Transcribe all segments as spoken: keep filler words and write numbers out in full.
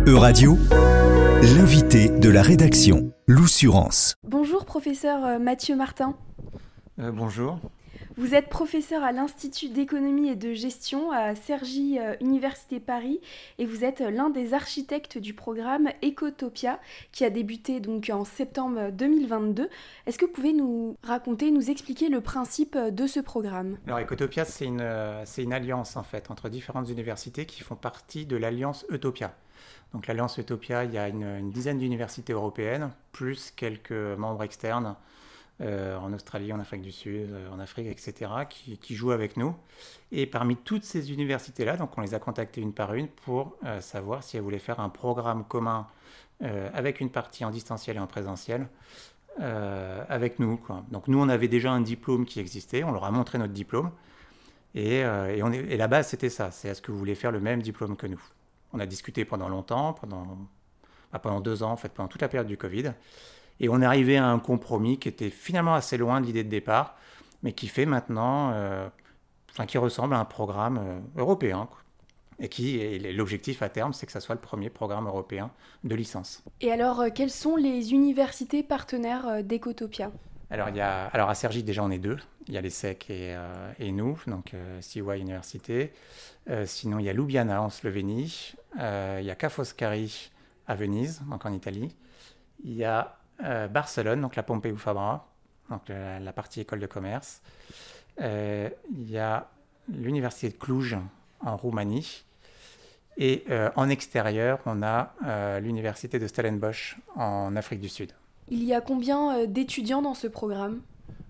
Euradio, l'invité de la rédaction, l'Oussurance. Bonjour professeur Mathieu Martin. Euh, bonjour. Vous êtes professeur à l'Institut d'économie et de gestion à Cergy euh, Université Paris et vous êtes l'un des architectes du programme Ecotopia qui a débuté donc en septembre deux mille vingt-deux. Est-ce que vous pouvez nous raconter, nous expliquer le principe de ce programme ? Alors Ecotopia, c'est une, c'est une alliance en fait entre différentes universités qui font partie de l'alliance Eutopia. Donc l'alliance Eutopia, il y a une, une dizaine d'universités européennes, plus quelques membres externes euh, en Australie, en Afrique du Sud, euh, en Afrique, et cetera, qui, qui jouent avec nous. Et parmi toutes ces universités-là, donc on les a contactées une par une pour euh, savoir si elles voulaient faire un programme commun euh, avec une partie en distanciel et en présentiel euh, avec nous, quoi. Donc nous, on avait déjà un diplôme qui existait, on leur a montré notre diplôme. Et, euh, et, on est, et la base, c'était ça, c'est est-ce que vous voulez faire le même diplôme que nous ? On a discuté pendant longtemps, pendant, bah pendant deux ans, en fait, pendant toute la période du Covid. Et on est arrivé à un compromis qui était finalement assez loin de l'idée de départ, mais qui fait maintenant, euh, enfin, qui ressemble à un programme euh, européen, quoi. Et qui, et l'objectif à terme, c'est que ça soit le premier programme européen de licence. Et alors, euh, quelles sont les universités partenaires euh, d'Ecotopia ? Alors, il y a, alors à Cergy, déjà, on est deux. Il y a l'ESSEC et, euh, et nous, donc euh, C Y Université. Euh, sinon, il y a Ljubljana en Slovénie. Euh, il y a Ca' Foscari à Venise, donc en Italie. Il y a euh, Barcelone, donc la Pompeu Fabra, donc la, la partie école de commerce. Euh, il y a l'université de Cluj en Roumanie. Et euh, en extérieur, on a euh, l'université de Stellenbosch en Afrique du Sud. Il y a combien euh, d'étudiants dans ce programme ?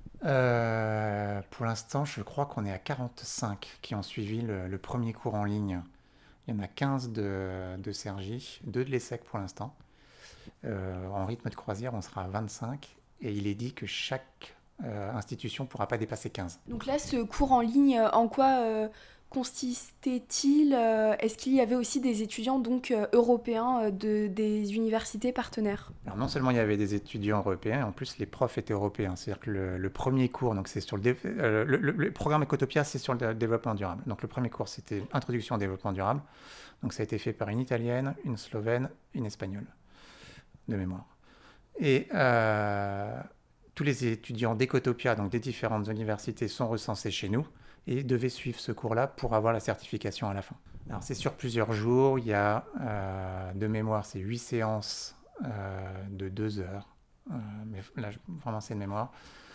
Euh, pour l'instant, je crois qu'on est à quarante-cinq qui ont suivi le, le premier cours en ligne. Il y en a quinze de, de Cergy, deux de l'ESSEC pour l'instant. Euh, en rythme de croisière, on sera à vingt-cinq et il est dit que chaque euh, institution ne pourra pas dépasser quinze. Donc là, ce cours en ligne, en quoi euh, consistait-il ? Est-ce qu'il y avait aussi des étudiants donc, euh, européens euh, de, des universités partenaires ? Alors non seulement il y avait des étudiants européens, en plus les profs étaient européens. C'est-à-dire que le, le premier cours, donc c'est sur le, dé, euh, le, le, le programme Ecotopia, c'est sur le développement durable. Donc le premier cours, c'était Introduction au développement durable. Donc ça a été fait par une Italienne, une Slovène, une Espagnole, de mémoire. Et euh, tous les étudiants d'Ecotopia, donc des différentes universités, sont recensés chez nous et devaient suivre ce cours-là pour avoir la certification à la fin. Alors c'est sur plusieurs jours, il y a euh, de mémoire, c'est huit séances euh, de deux heures, euh, mais là vraiment c'est de mémoire.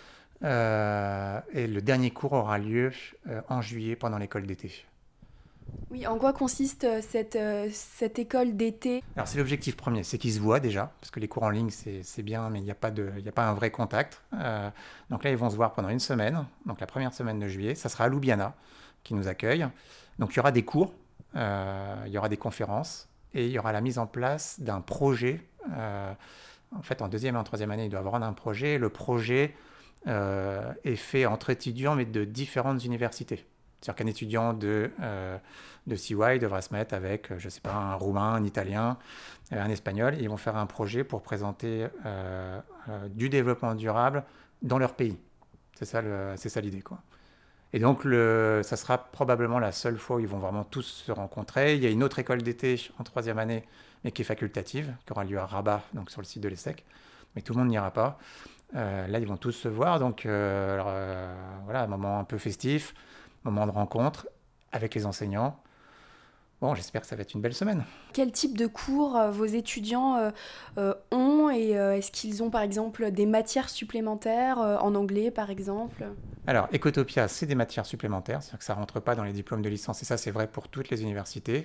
Euh, et le dernier cours aura lieu euh, en juillet pendant l'école d'été. Oui, en quoi consiste cette, euh, cette école d'été ? Alors c'est l'objectif premier, c'est qu'ils se voient déjà, parce que les cours en ligne c'est, c'est bien, mais il n'y a pas de, il n'y a pas un vrai contact. Euh, donc là ils vont se voir pendant une semaine, donc la première semaine de juillet, ça sera à Ljubljana qui nous accueille. Donc il y aura des cours, euh, il y aura des conférences et il y aura la mise en place d'un projet. Euh, en fait en deuxième et en troisième année ils doivent rendre un projet. Le projet euh, est fait entre étudiants mais de différentes universités. C'est-à-dire qu'un étudiant de, euh, de C Y devra se mettre avec, je ne sais pas, un Roumain, un Italien, un Espagnol. Et ils vont faire un projet pour présenter euh, euh, du développement durable dans leur pays. C'est ça, le, c'est ça l'idée, quoi. Et donc, le, ça sera probablement la seule fois où ils vont vraiment tous se rencontrer. Il y a une autre école d'été en troisième année, mais qui est facultative, qui aura lieu à Rabat, donc sur le site de l'ESSEC. Mais tout le monde n'ira pas. Euh, là, ils vont tous se voir. Donc, euh, alors, euh, voilà, un moment un peu festif. Moment de rencontre avec les enseignants. Bon, j'espère que ça va être une belle semaine. Quel type de cours euh, vos étudiants euh, euh, ont et euh, est-ce qu'ils ont par exemple des matières supplémentaires euh, en anglais par exemple ? Alors, Ecotopia, c'est des matières supplémentaires, c'est-à-dire que ça ne rentre pas dans les diplômes de licence et ça c'est vrai pour toutes les universités.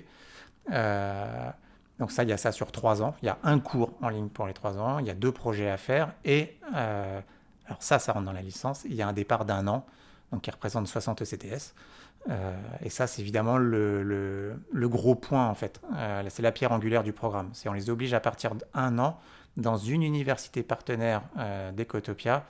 Euh, donc ça, il y a ça sur trois ans. Il y a un cours en ligne pour les trois ans, il y a deux projets à faire et euh, alors ça, ça rentre dans la licence. Il y a un départ d'un an, donc qui représente soixante E C T S. Euh, et ça, c'est évidemment le, le, le gros point, en fait. Euh, c'est la pierre angulaire du programme. C'est on les oblige à partir d'un an dans une université partenaire euh, d'Ecotopia.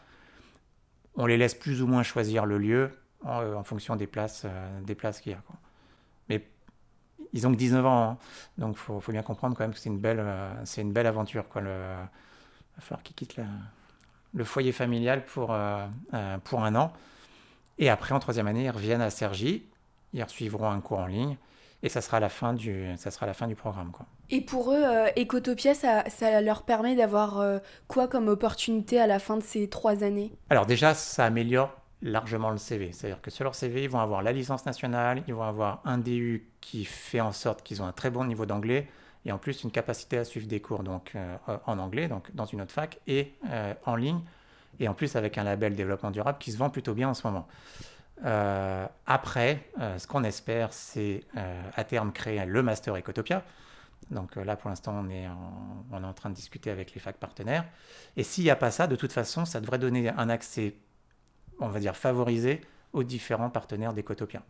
On les laisse plus ou moins choisir le lieu en, en fonction des places, euh, des places qu'il y a, quoi. Mais ils ont que dix-neuf ans, hein, donc il faut, faut bien comprendre quand même que c'est une belle, euh, c'est une belle aventure, quoi. Le, il va falloir qu'ils quittent la, le foyer familial pour, euh, euh, pour un an. Et après, en troisième année, ils reviennent à Cergy, ils suivront un cours en ligne, Et ça sera la fin du, ça sera la fin du programme, quoi. Et pour eux, euh, Ecotopia, ça, ça leur permet d'avoir euh, quoi comme opportunité à la fin de ces trois années? Alors déjà, ça améliore largement le C V. C'est-à-dire que sur leur C V, ils vont avoir la licence nationale, ils vont avoir un D U qui fait en sorte qu'ils ont un très bon niveau d'anglais et en plus une capacité à suivre des cours donc, euh, en anglais, donc dans une autre fac et euh, en ligne, et en plus avec un label développement durable qui se vend plutôt bien en ce moment. Euh, après, euh, ce qu'on espère, c'est euh, à terme créer le Master Ecotopia. Donc euh, là, pour l'instant, on est, en, on est en train de discuter avec les facs partenaires. Et s'il n'y a pas ça, de toute façon, ça devrait donner un accès, on va dire, favorisé aux différents partenaires d'Ecotopia.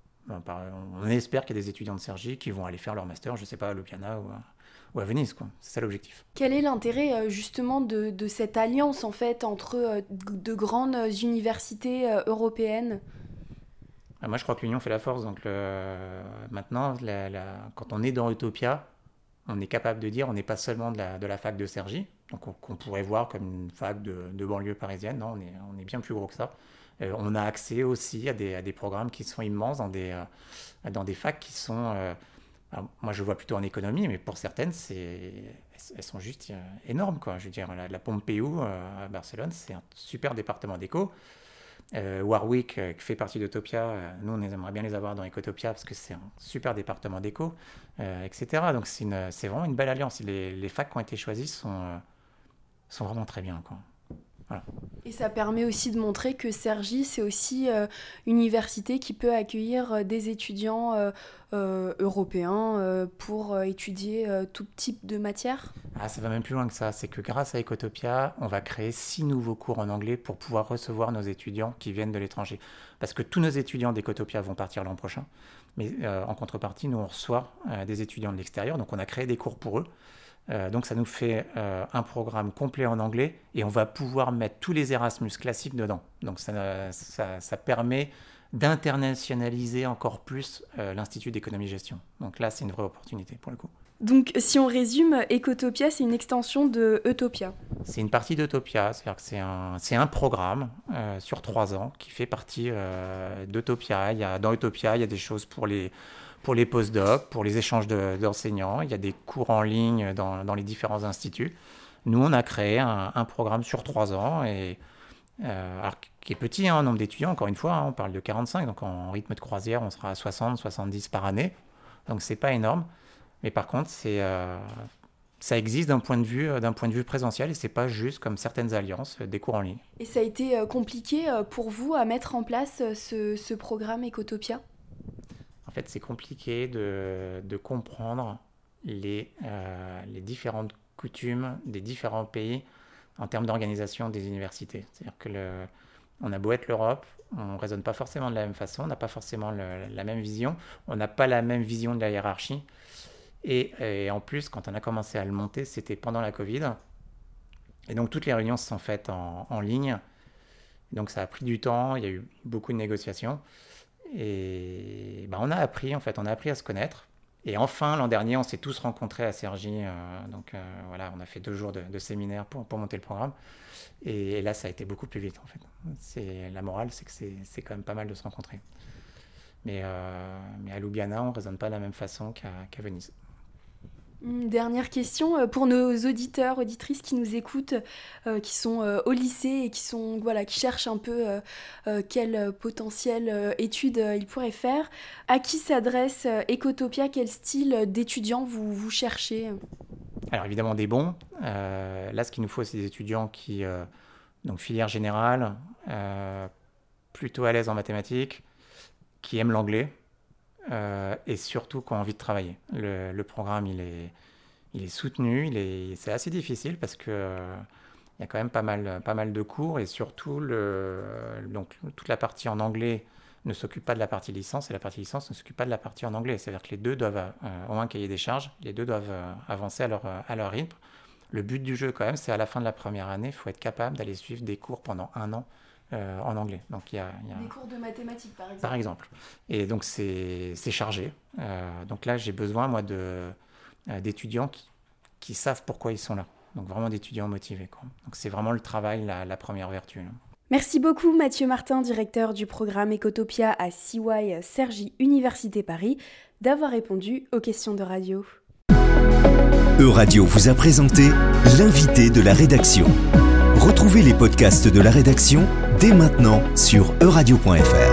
On espère qu'il y a des étudiants de Cergy qui vont aller faire leur master, je ne sais pas, à Ljubljana ou à, ou à Venise, quoi. C'est ça l'objectif. Quel est l'intérêt justement de, de cette alliance en fait entre de grandes universités européennes? Moi, je crois que l'union fait la force. Donc le... maintenant, la, la... quand on est dans Utopia, on est capable de dire on n'est pas seulement de la, de la fac de Cergy, donc on, qu'on pourrait voir comme une fac de, de banlieue parisienne. Non, on est, on est bien plus gros que ça. Euh, on a accès aussi à des, à des programmes qui sont immenses dans des, euh, dans des facs qui sont... Euh, moi, je vois plutôt en économie, mais pour certaines, c'est, elles sont juste euh, énormes, quoi. Je veux dire, la, la Pompeu euh, à Barcelone, c'est un super département d'éco. Euh, Warwick, euh, qui fait partie d'Utopia, euh, nous, on aimerait bien les avoir dans Ecotopia parce que c'est un super département d'éco, euh, et cetera. Donc, c'est, une, c'est vraiment une belle alliance. Les, les facs qui ont été choisis sont, euh, sont vraiment très bien, quoi. Voilà. Et ça permet aussi de montrer que Cergy, c'est aussi euh, une université qui peut accueillir des étudiants euh, euh, européens euh, pour euh, étudier euh, tout type de matière. Ah, ça va même plus loin que ça. C'est que grâce à Ecotopia, on va créer six nouveaux cours en anglais pour pouvoir recevoir nos étudiants qui viennent de l'étranger. Parce que tous nos étudiants d'Ecotopia vont partir l'an prochain. Mais euh, en contrepartie, nous, on reçoit euh, des étudiants de l'extérieur. Donc, on a créé des cours pour eux. Euh, donc ça nous fait euh, un programme complet en anglais et on va pouvoir mettre tous les Erasmus classiques dedans. Donc ça, ça, ça permet d'internationaliser encore plus euh, l'Institut d'économie-gestion. Donc là, c'est une vraie opportunité pour le coup. Donc si on résume, Ecotopia, c'est une extension de Utopia. C'est une partie d'Utopia, c'est-à-dire que c'est un, c'est un programme euh, sur trois ans qui fait partie euh, d'Utopia. Il y a, dans Utopia, il y a des choses pour les... pour les post-docs, pour les échanges de, d'enseignants. Il y a des cours en ligne dans, dans les différents instituts. Nous, on a créé un, un programme sur trois ans, et, euh, alors, qui est petit, hein, en nombre d'étudiants, encore une fois, hein, on parle de quarante-cinq, donc en rythme de croisière, on sera à soixante, soixante-dix par année. Donc, c'est pas énorme. Mais par contre, c'est, euh, ça existe d'un point de vue, d'un point de vue présentiel, et c'est pas juste comme certaines alliances, des cours en ligne. Et ça a été compliqué pour vous à mettre en place ce, ce programme Ecotopia ? En fait, c'est compliqué de, de comprendre les, euh, les différentes coutumes des différents pays en termes d'organisation des universités. C'est-à-dire que le, on a beau être l'Europe, on ne raisonne pas forcément de la même façon, on n'a pas forcément le, la même vision, on n'a pas la même vision de la hiérarchie. Et, et en plus, quand on a commencé à le monter, c'était pendant la Covid. Et donc, toutes les réunions se sont faites en, en ligne. Donc, ça a pris du temps, il y a eu beaucoup de négociations. Et ben, on a appris, en fait, on a appris à se connaître. Et enfin, l'an dernier, on s'est tous rencontrés à Cergy. Euh, donc euh, voilà, on a fait deux jours de, de séminaire pour, pour monter le programme. Et, et là, ça a été beaucoup plus vite, en fait. C'est, la morale, c'est que c'est, c'est quand même pas mal de se rencontrer. Mais, euh, mais à Ljubljana, on ne raisonne pas de la même façon qu'à, qu'à Venise. Dernière question pour nos auditeurs, auditrices qui nous écoutent, euh, qui sont euh, au lycée et qui, sont, voilà, qui cherchent un peu euh, euh, quel potentiel euh, études euh, ils pourraient faire. À qui s'adresse euh, Ecotopia? Quel style d'étudiants vous, vous cherchez? Alors évidemment des bons. Euh, là, ce qu'il nous faut, c'est des étudiants qui, euh, donc filière générale, euh, plutôt à l'aise en mathématiques, qui aiment l'anglais. Euh, et surtout qui ont envie de travailler. Le, le programme, il est, il est soutenu, il est, c'est assez difficile parce qu'il euh, y a quand même pas mal, pas mal de cours et surtout, le, donc, toute la partie en anglais ne s'occupe pas de la partie licence et la partie licence ne s'occupe pas de la partie en anglais. C'est-à-dire que les deux doivent, euh, au moins cahier des charges, les deux doivent euh, avancer à leur, à leur rythme. Le but du jeu, quand même, c'est à la fin de la première année, il faut être capable d'aller suivre des cours pendant un an Euh, en anglais. Donc, il y a, il y a... Des cours de mathématiques, par exemple. Par exemple. Et donc, c'est, c'est chargé. Euh, donc là, j'ai besoin, moi, de, euh, d'étudiants qui, qui savent pourquoi ils sont là. Donc, vraiment d'étudiants motivés, quoi. Donc, c'est vraiment le travail, la, la première vertu, là. Merci beaucoup, Mathieu Martin, directeur du programme Ecotopia à C Y Cergy Université Paris. d'avoir répondu aux questions de radio. Euradio vous a présenté l'invité de la rédaction. Retrouvez les podcasts de la rédaction dès maintenant sur euradio point f r.